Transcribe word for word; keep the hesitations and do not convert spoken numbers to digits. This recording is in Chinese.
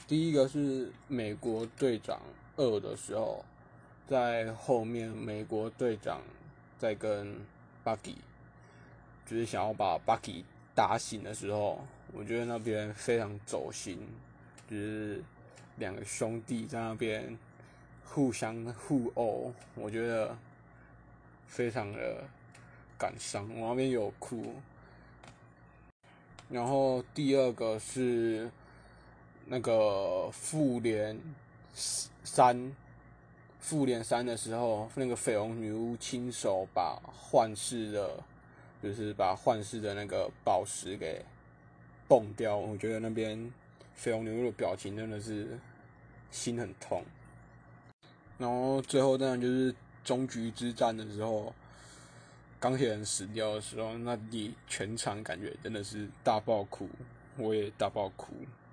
第一个是美国队长二的时候，在后面美国队长在跟 Bucky 就是想要把 Bucky 打醒的时候，我觉得那边非常走心，就是两个兄弟在那边互相互殴，我觉得非常的感伤，我那边有哭。然后第二个是那个复联三，复联三的时候，那个绯红女巫亲手把幻视的，就是把幻视的那个宝石给蹦掉，我觉得那边绯红女巫的表情真的是心很痛。然后最后当然就是终局之战的时候，钢铁人死掉的时候，那里全场感觉真的是大爆哭，我也大爆哭。